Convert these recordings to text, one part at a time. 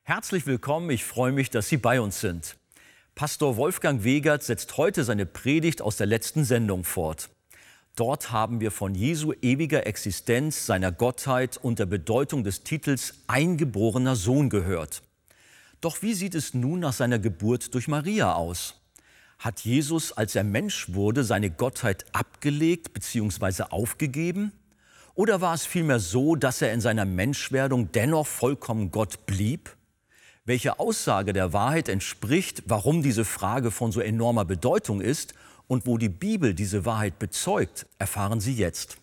Herzlich willkommen, ich freue mich, dass Sie bei uns sind. Pastor Wolfgang Wegert setzt heute seine Predigt aus der letzten Sendung fort. Dort haben wir von Jesu ewiger Existenz, seiner Gottheit und der Bedeutung des Titels Eingeborener Sohn gehört. Doch wie sieht es nun nach seiner Geburt durch Maria aus? Hat Jesus, als er Mensch wurde, seine Gottheit abgelegt bzw. aufgegeben? Oder war es vielmehr so, dass er in seiner Menschwerdung dennoch vollkommen Gott blieb? Welche Aussage der Wahrheit entspricht, warum diese Frage von so enormer Bedeutung ist und wo die Bibel diese Wahrheit bezeugt, erfahren Sie jetzt.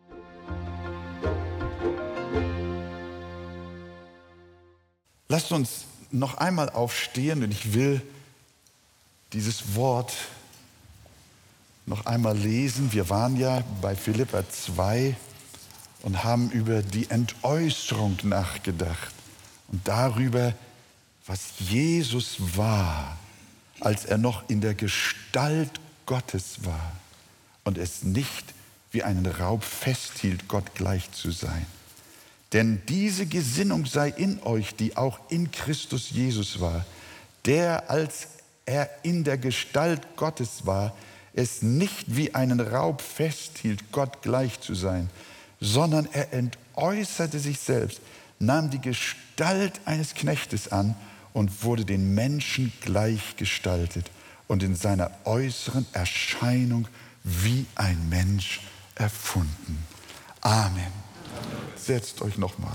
Lasst uns noch einmal aufstehen und ich will dieses Wort noch einmal lesen. Wir waren ja bei Philipper 2 und haben über die Entäußerung nachgedacht und darüber, was Jesus war, als er noch in der Gestalt Gottes war und es nicht wie einen Raub festhielt, Gott gleich zu sein. Denn diese Gesinnung sei in euch, die auch in Christus Jesus war, der, als er in der Gestalt Gottes war, es nicht wie einen Raub festhielt, Gott gleich zu sein, sondern er entäußerte sich selbst, nahm die Gestalt eines Knechtes an und wurde den Menschen gleichgestaltet und in seiner äußeren Erscheinung wie ein Mensch erfunden. Amen. Setzt euch nochmal.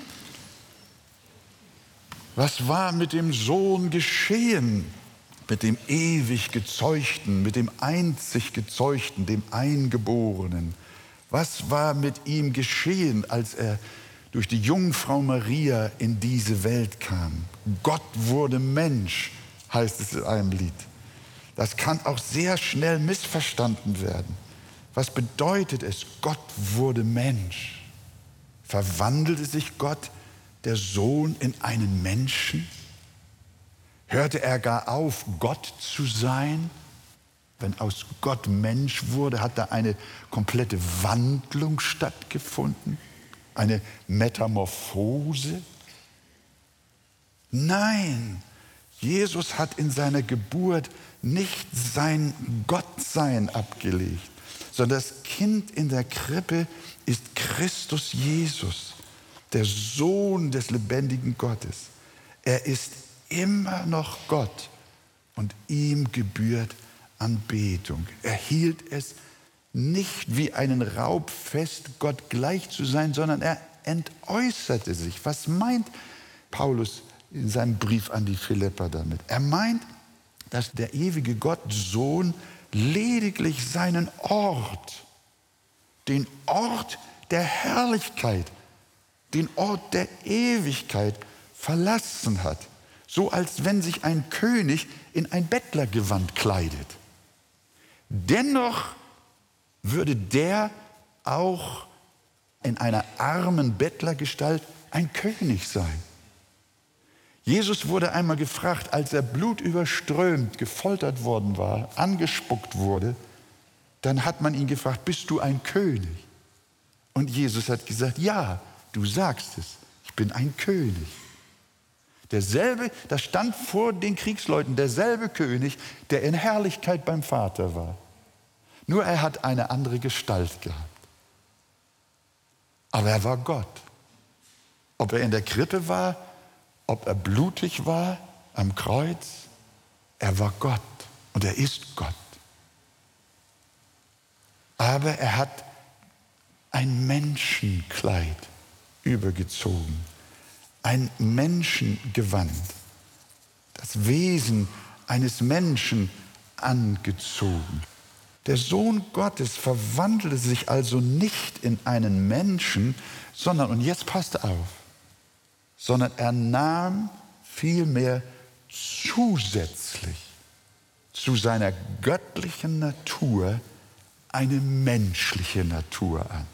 Was war mit dem Sohn geschehen? Mit dem ewig Gezeugten, mit dem einzig Gezeugten, dem Eingeborenen? Was war mit ihm geschehen, als er durch die Jungfrau Maria in diese Welt kam? Gott wurde Mensch, heißt es in einem Lied. Das kann auch sehr schnell missverstanden werden. Was bedeutet es? Gott wurde Mensch. Verwandelte sich Gott, der Sohn, in einen Menschen? Hörte er gar auf, Gott zu sein? Wenn aus Gott Mensch wurde, hat da eine komplette Wandlung stattgefunden? Eine Metamorphose? Nein, Jesus hat in seiner Geburt nicht sein Gottsein abgelegt, sondern das Kind in der Krippe ist Christus Jesus, der Sohn des lebendigen Gottes. Er ist immer noch Gott und ihm gebührt Anbetung. Er hielt es nicht wie einen Raub fest, Gott gleich zu sein, sondern er entäußerte sich. Was meint Paulus in seinem Brief an die Philipper damit? Er meint, dass der ewige Gott Sohn lediglich seinen Ort, den Ort der Herrlichkeit, den Ort der Ewigkeit verlassen hat. So als wenn sich ein König in ein Bettlergewand kleidet. Dennoch würde der auch in einer armen Bettlergestalt ein König sein. Jesus wurde einmal gefragt, als er blutüberströmt, gefoltert worden war, angespuckt wurde, dann hat man ihn gefragt, bist du ein König? Und Jesus hat gesagt, ja, du sagst es, ich bin ein König. Derselbe, das stand vor den Kriegsleuten, derselbe König, der in Herrlichkeit beim Vater war. Nur er hat eine andere Gestalt gehabt. Aber er war Gott. Ob er in der Krippe war, ob er blutig war am Kreuz, er war Gott und er ist Gott. Aber er hat ein Menschenkleid übergezogen, ein Menschengewand, das Wesen eines Menschen angezogen. Der Sohn Gottes verwandelte sich also nicht in einen Menschen, sondern, und jetzt passt auf, sondern er nahm vielmehr zusätzlich zu seiner göttlichen Natur eine menschliche Natur an,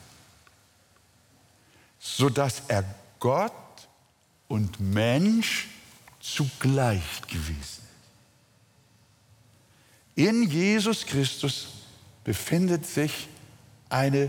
sodass er Gott und Mensch zugleich gewesen ist. In Jesus Christus befindet sich eine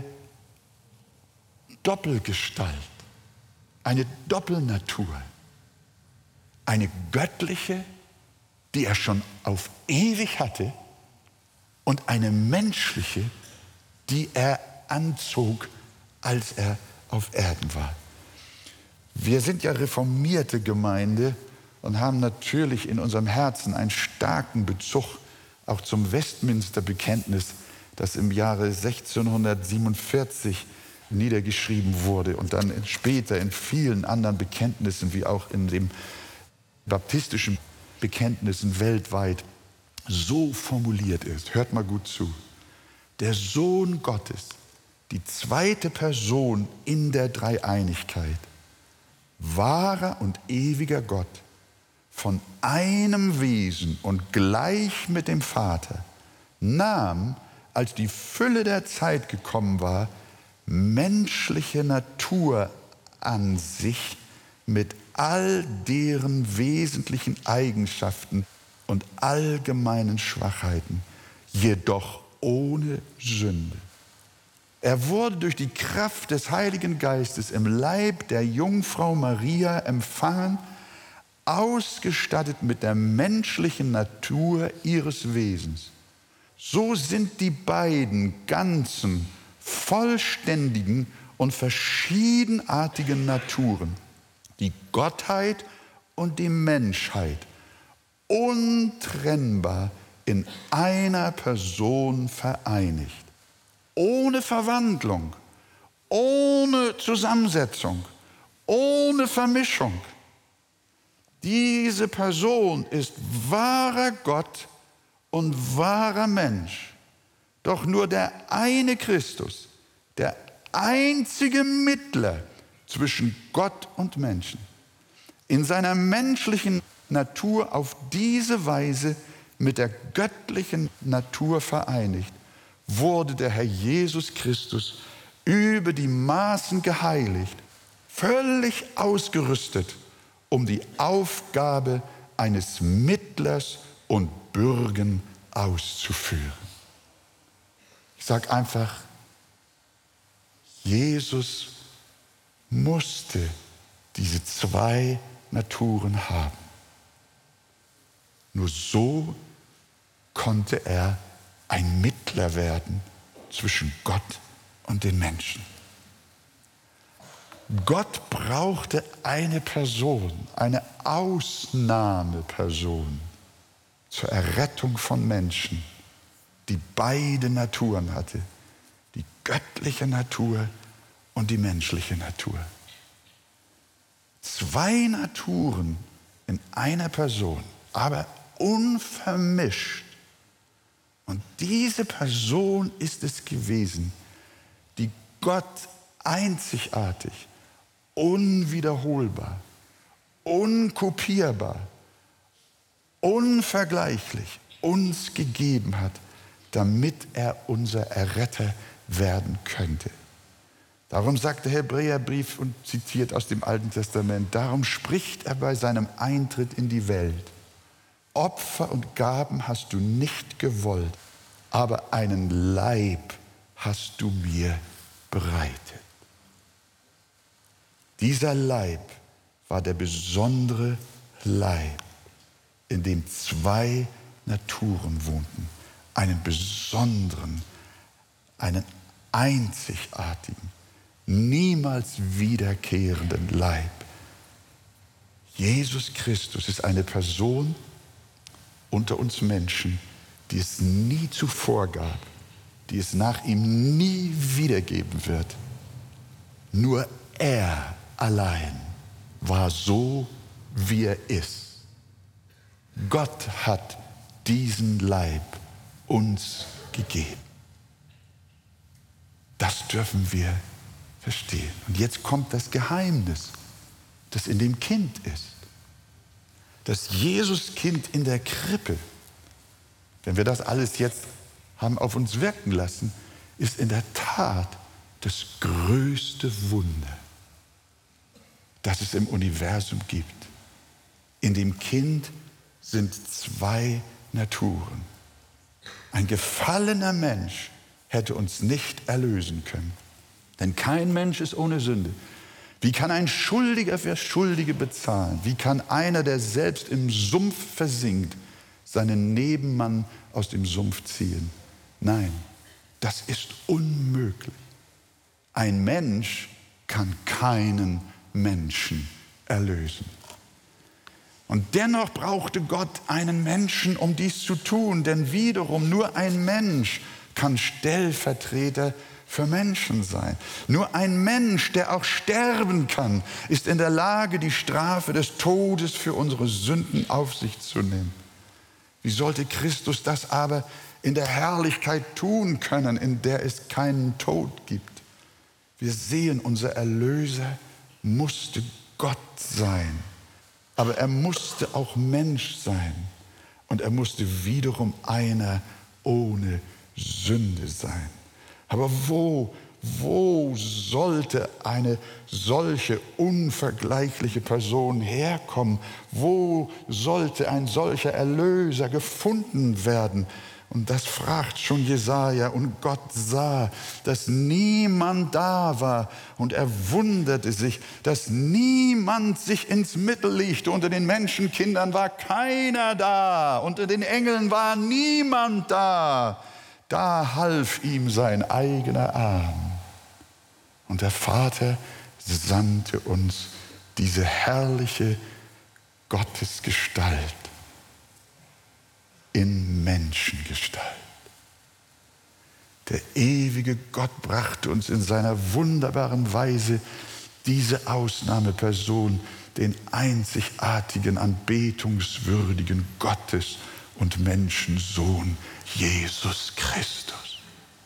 Doppelgestalt, eine Doppelnatur. eine göttliche, die er schon auf ewig hatte, und eine menschliche, die er anzog, als er auf Erden war. Wir sind ja reformierte Gemeinde und haben natürlich in unserem Herzen einen starken Bezug auch zum Westminster-Bekenntnis, das im Jahre 1647 niedergeschrieben wurde und dann später in vielen anderen Bekenntnissen, wie auch in den baptistischen Bekenntnissen weltweit, so formuliert ist. Hört mal gut zu. Der Sohn Gottes, die zweite Person in der Dreieinigkeit, wahrer und ewiger Gott, von einem Wesen und gleich mit dem Vater, nahm, als die Fülle der Zeit gekommen war, menschliche Natur an sich mit all deren wesentlichen Eigenschaften und allgemeinen Schwachheiten, jedoch ohne Sünde. Er wurde durch die Kraft des Heiligen Geistes im Leib der Jungfrau Maria empfangen, ausgestattet mit der menschlichen Natur ihres Wesens. So sind die beiden ganzen, vollständigen und verschiedenartigen Naturen, die Gottheit und die Menschheit, untrennbar in einer Person vereinigt. Ohne Verwandlung, ohne Zusammensetzung, ohne Vermischung. Diese Person ist wahrer Gott und wahrer Mensch. Doch nur der eine Christus, der einzige Mittler zwischen Gott und Menschen, in seiner menschlichen Natur auf diese Weise mit der göttlichen Natur vereinigt, wurde der Herr Jesus Christus über die Maßen geheiligt, völlig ausgerüstet, um die Aufgabe eines Mittlers und Bürgen auszuführen. Ich sage einfach, Jesus musste diese zwei Naturen haben. Nur so konnte er ein Mittler werden zwischen Gott und den Menschen. Gott brauchte eine Person, eine Ausnahmeperson zur Errettung von Menschen, die beide Naturen hatte, die göttliche Natur und die menschliche Natur. Zwei Naturen in einer Person, aber unvermischt. Und diese Person ist es gewesen, die Gott einzigartig, unwiederholbar, unkopierbar, unvergleichlich uns gegeben hat, damit er unser Erretter werden könnte. Darum sagt der Hebräerbrief und zitiert aus dem Alten Testament, darum spricht er bei seinem Eintritt in die Welt: Opfer und Gaben hast du nicht gewollt, aber einen Leib hast du mir bereitet. Dieser Leib war der besondere Leib, in dem zwei Naturen wohnten, einen besonderen, einen einzigartigen, niemals wiederkehrenden Leib. Jesus Christus ist eine Person unter uns Menschen, die es nie zuvor gab, die es nach ihm nie wiedergeben wird. Nur er allein war so, wie er ist. Gott hat diesen Leib uns gegeben. Das dürfen wir verstehen. Und jetzt kommt das Geheimnis, das in dem Kind ist. Das Jesuskind in der Krippe, wenn wir das alles jetzt haben auf uns wirken lassen, ist in der Tat das größte Wunder, das es im Universum gibt. In dem Kind sind zwei Naturen. Ein gefallener Mensch hätte uns nicht erlösen können, denn kein Mensch ist ohne Sünde. Wie kann ein Schuldiger für Schuldige bezahlen? Wie kann einer, der selbst im Sumpf versinkt, seinen Nebenmann aus dem Sumpf ziehen? Nein, das ist unmöglich. Ein Mensch kann keinen Menschen erlösen. Und dennoch brauchte Gott einen Menschen, um dies zu tun, denn wiederum nur ein Mensch kann Stellvertreter für Menschen sein. Nur ein Mensch, der auch sterben kann, ist in der Lage, die Strafe des Todes für unsere Sünden auf sich zu nehmen. Wie sollte Christus das aber in der Herrlichkeit tun können, in der es keinen Tod gibt? Wir sehen, unser Erlöser musste Gott sein, aber er musste auch Mensch sein und er musste wiederum einer ohne Sünde sein. Aber wo sollte eine solche unvergleichliche Person herkommen? Wo sollte ein solcher Erlöser gefunden werden? Und das fragt schon Jesaja. Und Gott sah, dass niemand da war. Und er wunderte sich, dass niemand sich ins Mittel legte. Unter den Menschenkindern war keiner da. Unter den Engeln war niemand da. Da half ihm sein eigener Arm. Und der Vater sandte uns diese herrliche Gottesgestalt in Menschengestalt. Der ewige Gott brachte uns in seiner wunderbaren Weise diese Ausnahmeperson, den einzigartigen, anbetungswürdigen Gottes- und Menschensohn Jesus Christus.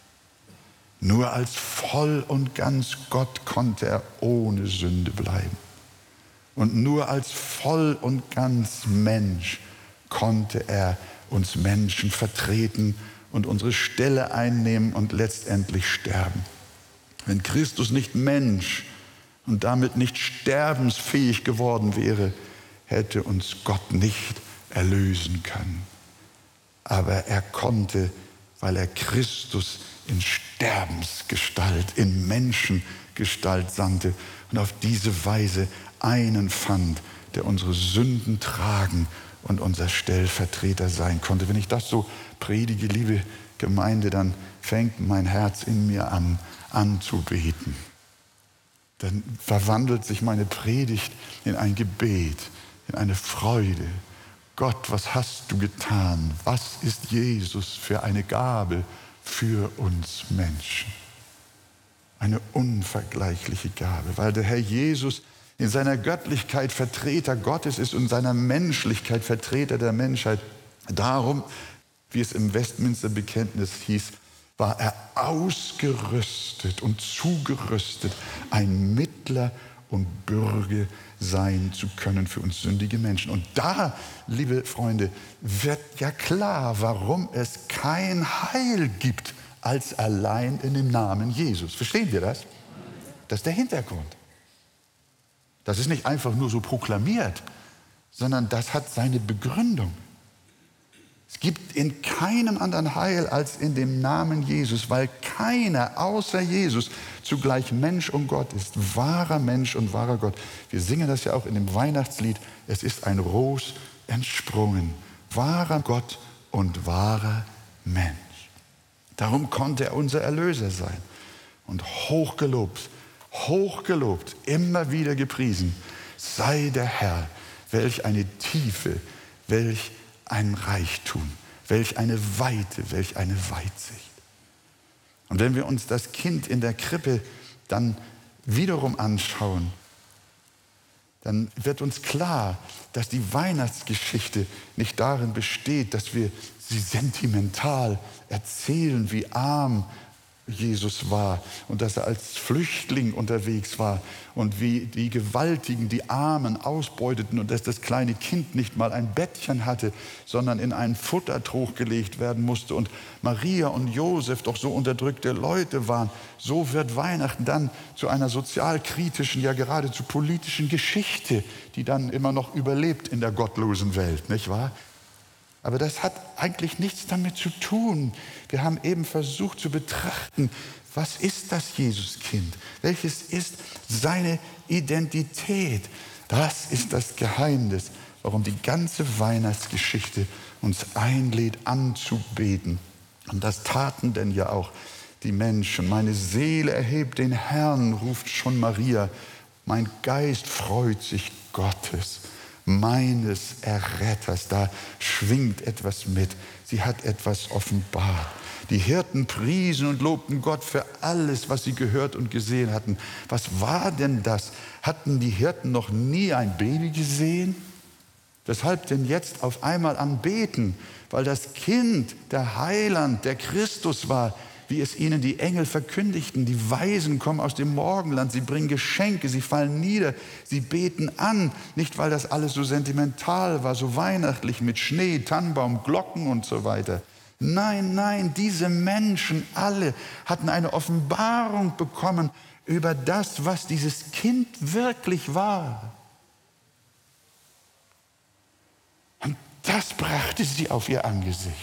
Nur als voll und ganz Gott konnte er ohne Sünde bleiben. Und nur als voll und ganz Mensch konnte er uns Menschen vertreten und unsere Stelle einnehmen und letztendlich sterben. Wenn Christus nicht Mensch und damit nicht sterbensfähig geworden wäre, hätte uns Gott nicht erlösen können. Aber er konnte, weil er Christus in Sterbensgestalt, in Menschengestalt sandte und auf diese Weise einen fand, der unsere Sünden tragen und unser Stellvertreter sein konnte. Wenn ich das so predige, liebe Gemeinde, dann fängt mein Herz in mir an zu beten. Dann verwandelt sich meine Predigt in ein Gebet, in eine Freude. Gott, was hast du getan? Was ist Jesus für eine Gabe für uns Menschen? Eine unvergleichliche Gabe, weil der Herr Jesus in seiner Göttlichkeit Vertreter Gottes ist und in seiner Menschlichkeit Vertreter der Menschheit. Darum, wie es im Westminster-Bekenntnis hieß, war er ausgerüstet und zugerüstet, ein Mittler und Bürger sein zu können für uns sündige Menschen. Und da, liebe Freunde, wird ja klar, warum es kein Heil gibt als allein in dem Namen Jesus. Verstehen wir das? Das ist der Hintergrund. Das ist nicht einfach nur so proklamiert, sondern das hat seine Begründung. Es gibt in keinem anderen Heil als in dem Namen Jesus, weil keiner außer Jesus zugleich Mensch und Gott ist, wahrer Mensch und wahrer Gott. Wir singen das ja auch in dem Weihnachtslied, es ist ein Ros entsprungen, wahrer Gott und wahrer Mensch. Darum konnte er unser Erlöser sein und hochgelobt, immer wieder gepriesen sei der Herr. Welch eine Tiefe, welch ein Reichtum, welch eine Weite, welch eine Weitsicht. Und wenn wir uns das Kind in der Krippe dann wiederum anschauen, dann wird uns klar, dass die Weihnachtsgeschichte nicht darin besteht, dass wir sie sentimental erzählen, wie arm Jesus war und dass er als Flüchtling unterwegs war und wie die Gewaltigen die Armen ausbeuteten und dass das kleine Kind nicht mal ein Bettchen hatte, sondern in einen Futtertrog gelegt werden musste und Maria und Josef doch so unterdrückte Leute waren. So wird Weihnachten dann zu einer sozialkritischen, ja geradezu politischen Geschichte, die dann immer noch überlebt in der gottlosen Welt, nicht wahr? Aber das hat eigentlich nichts damit zu tun. Wir haben eben versucht zu betrachten, Was ist das Jesuskind? Welches ist seine Identität? Das ist das Geheimnis, warum die ganze Weihnachtsgeschichte uns einlädt, anzubeten. Und das taten denn ja auch die Menschen. Meine Seele erhebt den Herrn, ruft schon Maria. Mein Geist freut sich Gottes, meines Erretters. Da schwingt etwas mit. Sie hat etwas offenbart. Die Hirten priesen und lobten Gott für alles, was sie gehört und gesehen hatten. Was war denn das? Hatten die Hirten noch nie ein Baby gesehen? Weshalb denn jetzt auf einmal anbeten? Weil das Kind, der Heiland, der Christus war, wie es ihnen die Engel verkündigten. Die Weisen kommen aus dem Morgenland, sie bringen Geschenke, sie fallen nieder, sie beten an. Nicht, weil das alles so sentimental war, so weihnachtlich mit Schnee, Tannenbaum, Glocken und so weiter. Nein, nein, diese Menschen alle hatten eine Offenbarung bekommen über das, was dieses Kind wirklich war. Und das brachte sie auf ihr Angesicht.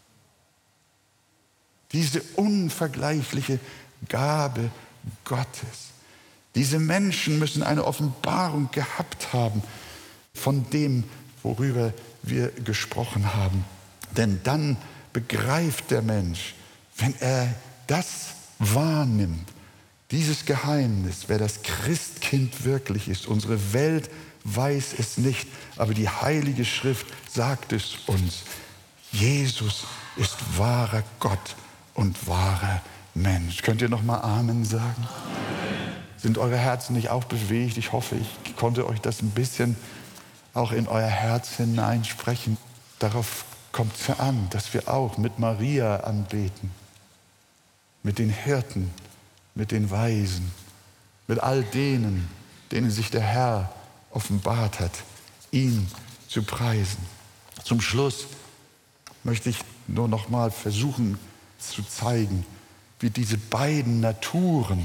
Diese unvergleichliche Gabe Gottes. Diese Menschen müssen eine Offenbarung gehabt haben von dem, worüber wir gesprochen haben. Denn dann begreift der Mensch, wenn er das wahrnimmt, dieses Geheimnis, wer das Christkind wirklich ist. Unsere Welt weiß es nicht, aber die Heilige Schrift sagt es uns. Jesus ist wahrer Gott und wahrer Mensch. Könnt ihr noch mal Amen sagen? Amen. Sind eure Herzen nicht auch bewegt? Ich hoffe, ich konnte euch das ein bisschen auch in euer Herz hineinsprechen. Darauf kommt es ja an, dass wir auch mit Maria anbeten, mit den Hirten, mit den Weisen, mit all denen, denen sich der Herr offenbart hat, ihn zu preisen. Zum Schluss möchte ich nur noch mal versuchen zu zeigen, wie diese beiden Naturen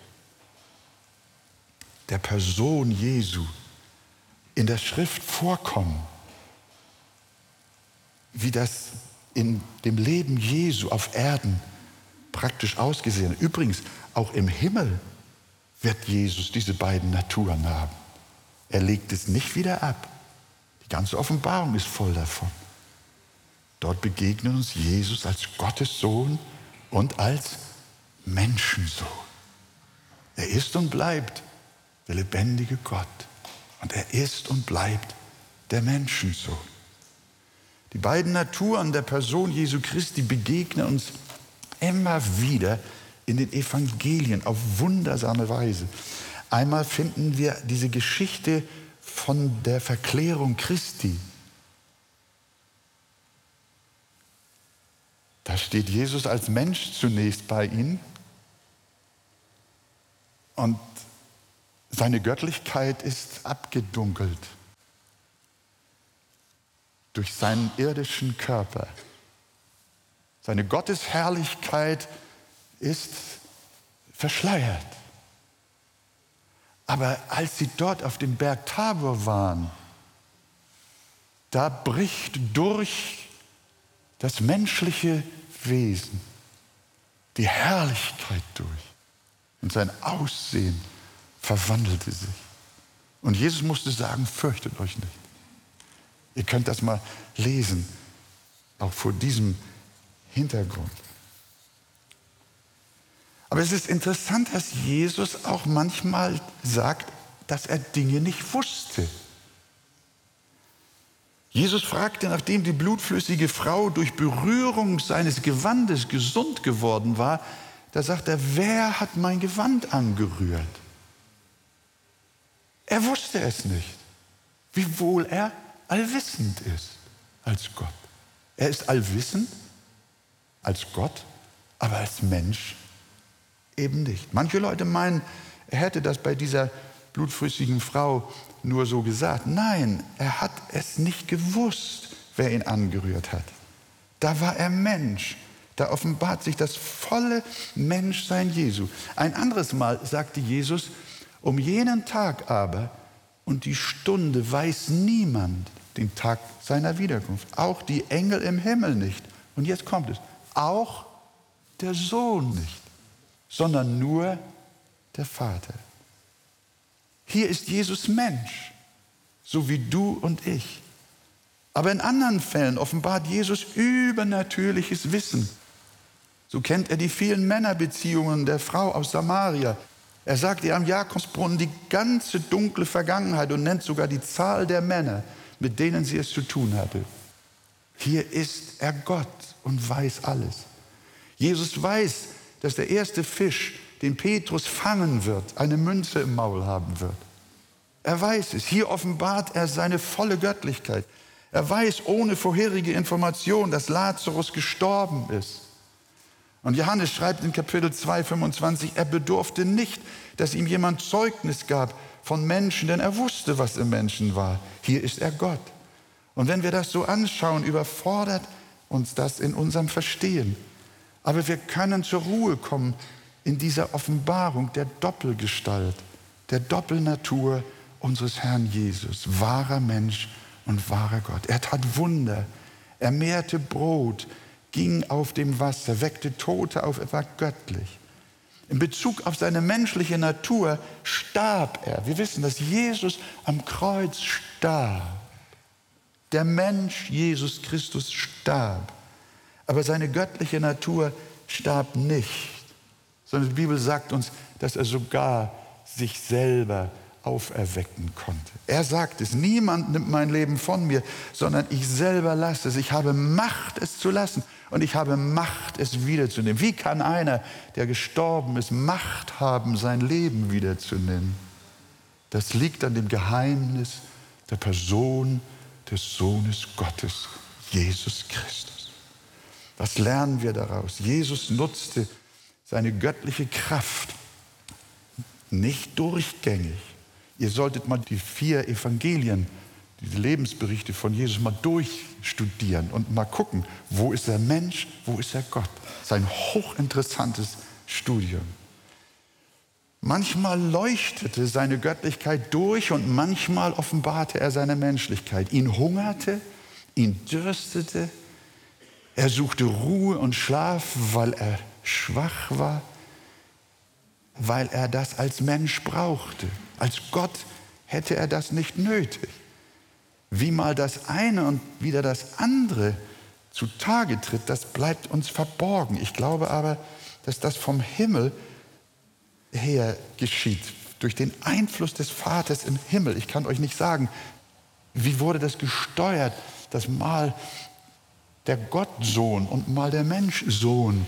der Person Jesu in der Schrift vorkommen, wie das in dem Leben Jesu auf Erden praktisch ausgesehen hat. Übrigens, auch im Himmel wird Jesus diese beiden Naturen haben. Er legt es nicht wieder ab. Die ganze Offenbarung ist voll davon. Dort begegnet uns Jesus als Gottes Sohn und als Menschensohn. Er ist und bleibt der lebendige Gott. Und er ist und bleibt der Menschensohn. Die beiden Naturen der Person Jesu Christi begegnen uns immer wieder in den Evangelien auf wundersame Weise. Einmal finden wir diese Geschichte von der Verklärung Christi. Da steht Jesus als Mensch zunächst bei ihnen und seine Göttlichkeit ist abgedunkelt durch seinen irdischen Körper. Seine Gottesherrlichkeit ist verschleiert. Aber als sie dort auf dem Berg Tabor waren, da bricht durch das menschliche Wesen die Herrlichkeit durch. Und sein Aussehen verwandelte sich. Und Jesus musste sagen, fürchtet euch nicht. Ihr könnt das mal lesen, auch vor diesem Hintergrund. Aber es ist interessant, dass Jesus auch manchmal sagt, dass er Dinge nicht wusste. Jesus fragte, nachdem die blutflüssige Frau durch Berührung seines Gewandes gesund geworden war, da sagt er, wer hat mein Gewand angerührt? Er wusste es nicht, wiewohl er allwissend ist als Gott. Er ist allwissend als Gott, aber als Mensch eben nicht. Manche Leute meinen, er hätte das bei dieser blutflüssigen Frau nur so gesagt. Nein, er hat es nicht gewusst, wer ihn angerührt hat. Da war er Mensch. Da offenbart sich das volle Menschsein Jesu. Ein anderes Mal sagte Jesus, um jenen Tag aber und die Stunde weiß niemand, den Tag seiner Wiederkunft. Auch die Engel im Himmel nicht. Und jetzt kommt es. Auch der Sohn nicht, sondern nur der Vater. Hier ist Jesus Mensch, so wie du und ich. Aber in anderen Fällen offenbart Jesus übernatürliches Wissen. So kennt er die vielen Männerbeziehungen der Frau aus Samaria. Er sagt ihr am Jakobsbrunnen die ganze dunkle Vergangenheit und nennt sogar die Zahl der Männer, mit denen sie es zu tun hatte. Hier ist er Gott und weiß alles. Jesus weiß, dass der erste Fisch, den Petrus fangen wird, eine Münze im Maul haben wird. Er weiß es. Hier offenbart er seine volle Göttlichkeit. Er weiß ohne vorherige Information, dass Lazarus gestorben ist. Und Johannes schreibt in Kapitel 2, 25, er bedurfte nicht, dass ihm jemand Zeugnis gab von Menschen, denn er wusste, was im Menschen war. Hier ist er Gott. Und wenn wir das so anschauen, überfordert uns das in unserem Verstehen. Aber wir können zur Ruhe kommen in dieser Offenbarung der Doppelgestalt, der Doppelnatur unseres Herrn Jesus, wahrer Mensch und wahrer Gott. Er tat Wunder, er mehrte Brot, ging auf dem Wasser, weckte Tote auf, er war göttlich. In Bezug auf seine menschliche Natur starb er. Wir wissen, dass Jesus am Kreuz starb. Der Mensch Jesus Christus starb. Aber seine göttliche Natur starb nicht, sondern die Bibel sagt uns, dass er sogar sich selber auferwecken konnte. Er sagt es, niemand nimmt mein Leben von mir, sondern ich selber lasse es. Ich habe Macht, es zu lassen und ich habe Macht, es wiederzunehmen. Wie kann einer, der gestorben ist, Macht haben, sein Leben wiederzunehmen? Das liegt an dem Geheimnis der Person des Sohnes Gottes, Jesus Christus. Was lernen wir daraus? Jesus nutzte seine göttliche Kraft nicht durchgängig. Ihr solltet mal die 4 Evangelien, diese Lebensberichte von Jesus mal durchstudieren und mal gucken, wo ist er Mensch, wo ist er Gott. Das ist ein hochinteressantes Studium. Manchmal leuchtete seine Göttlichkeit durch und manchmal offenbarte er seine Menschlichkeit. Ihn hungerte, ihn dürstete, er suchte Ruhe und Schlaf, weil er schwach war, weil er das als Mensch brauchte. Als Gott hätte er das nicht nötig. Wie mal das eine und wieder das andere zutage tritt, das bleibt uns verborgen. Ich glaube aber, dass das vom Himmel her geschieht, durch den Einfluss des Vaters im Himmel. Ich kann euch nicht sagen, wie wurde das gesteuert, dass mal der Gottsohn und mal der Menschsohn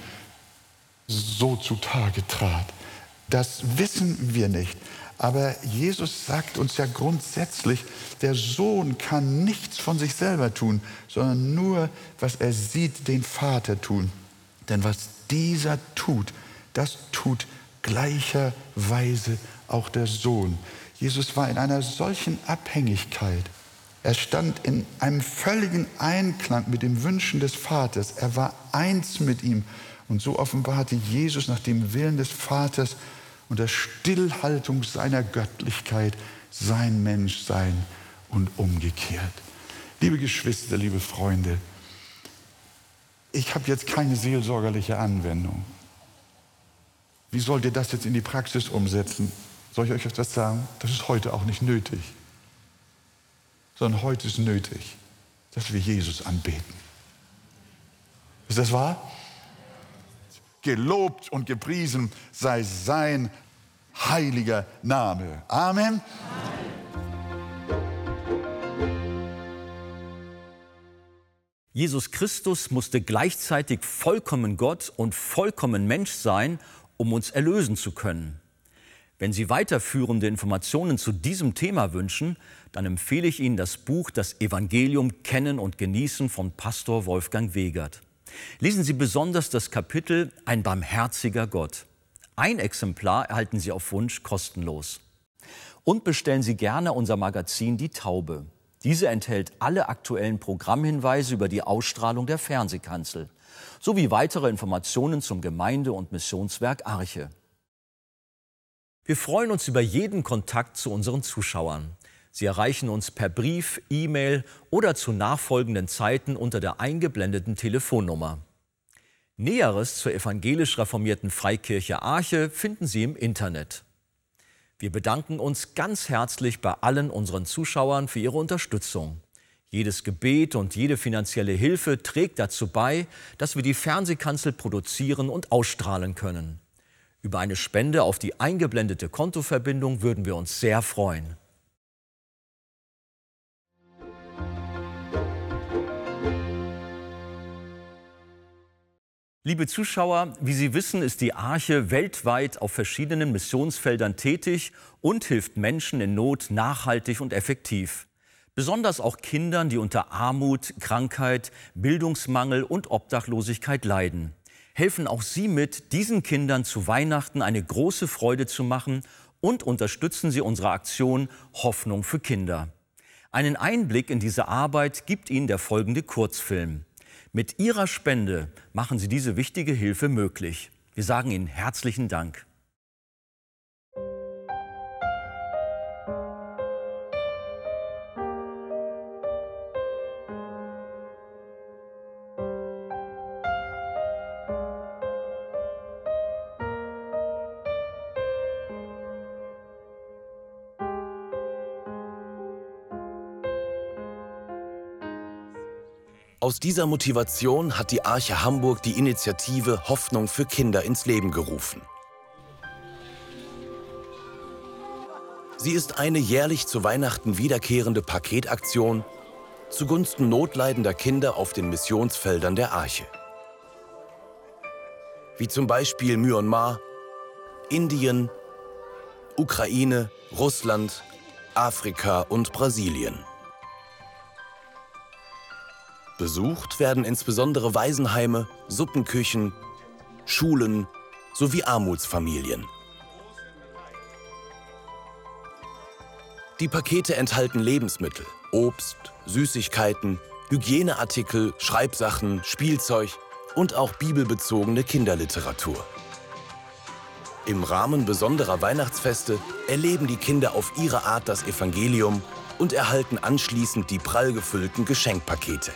so zutage trat. Das wissen wir nicht. Aber Jesus sagt uns ja grundsätzlich, der Sohn kann nichts von sich selber tun, sondern nur, was er sieht, den Vater tun. Denn was dieser tut, das tut gleicherweise auch der Sohn. Jesus war in einer solchen Abhängigkeit. Er stand in einem völligen Einklang mit den Wünschen des Vaters. Er war eins mit ihm. Und so offenbarte Jesus nach dem Willen des Vaters und der Stillhaltung seiner Göttlichkeit sein Menschsein und umgekehrt. Liebe Geschwister, liebe Freunde, ich habe jetzt keine seelsorgerliche Anwendung. Wie sollt ihr das jetzt in die Praxis umsetzen? Soll ich euch etwas sagen? Das ist heute auch nicht nötig. Sondern heute ist nötig, dass wir Jesus anbeten. Ist das wahr? Gelobt und gepriesen sei sein heiliger Name. Amen. Jesus Christus musste gleichzeitig vollkommen Gott und vollkommen Mensch sein, um uns erlösen zu können. Wenn Sie weiterführende Informationen zu diesem Thema wünschen, dann empfehle ich Ihnen das Buch Das Evangelium Kennen und Genießen von Pastor Wolfgang Wegert. Lesen Sie besonders das Kapitel Ein barmherziger Gott. Ein Exemplar erhalten Sie auf Wunsch kostenlos. Und bestellen Sie gerne unser Magazin Die Taube. Diese enthält alle aktuellen Programmhinweise über die Ausstrahlung der Fernsehkanzel sowie weitere Informationen zum Gemeinde- und Missionswerk Arche. Wir freuen uns über jeden Kontakt zu unseren Zuschauern. Sie erreichen uns per Brief, E-Mail oder zu nachfolgenden Zeiten unter der eingeblendeten Telefonnummer. Näheres zur evangelisch reformierten Freikirche Arche finden Sie im Internet. Wir bedanken uns ganz herzlich bei allen unseren Zuschauern für ihre Unterstützung. Jedes Gebet und jede finanzielle Hilfe trägt dazu bei, dass wir die Fernsehkanzel produzieren und ausstrahlen können. Über eine Spende auf die eingeblendete Kontoverbindung würden wir uns sehr freuen. Liebe Zuschauer, wie Sie wissen, ist die Arche weltweit auf verschiedenen Missionsfeldern tätig und hilft Menschen in Not nachhaltig und effektiv. Besonders auch Kindern, die unter Armut, Krankheit, Bildungsmangel und Obdachlosigkeit leiden. Helfen auch Sie mit, diesen Kindern zu Weihnachten eine große Freude zu machen und unterstützen Sie unsere Aktion Hoffnung für Kinder. Einen Einblick in diese Arbeit gibt Ihnen der folgende Kurzfilm. Mit Ihrer Spende machen Sie diese wichtige Hilfe möglich. Wir sagen Ihnen herzlichen Dank. Aus dieser Motivation hat die Arche Hamburg die Initiative Hoffnung für Kinder ins Leben gerufen. Sie ist eine jährlich zu Weihnachten wiederkehrende Paketaktion zugunsten notleidender Kinder auf den Missionsfeldern der Arche. Wie zum Beispiel Myanmar, Indien, Ukraine, Russland, Afrika und Brasilien. Besucht werden insbesondere Waisenheime, Suppenküchen, Schulen sowie Armutsfamilien. Die Pakete enthalten Lebensmittel, Obst, Süßigkeiten, Hygieneartikel, Schreibsachen, Spielzeug und auch bibelbezogene Kinderliteratur. Im Rahmen besonderer Weihnachtsfeste erleben die Kinder auf ihre Art das Evangelium und erhalten anschließend die prall gefüllten Geschenkpakete.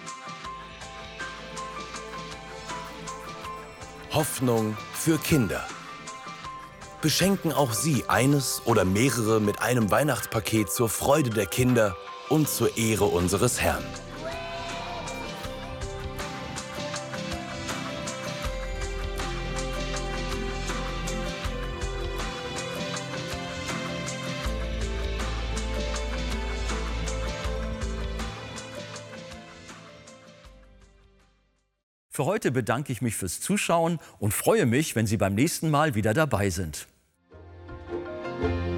Hoffnung für Kinder. Beschenken auch Sie eines oder mehrere mit einem Weihnachtspaket zur Freude der Kinder und zur Ehre unseres Herrn. Für heute bedanke ich mich fürs Zuschauen und freue mich, wenn Sie beim nächsten Mal wieder dabei sind.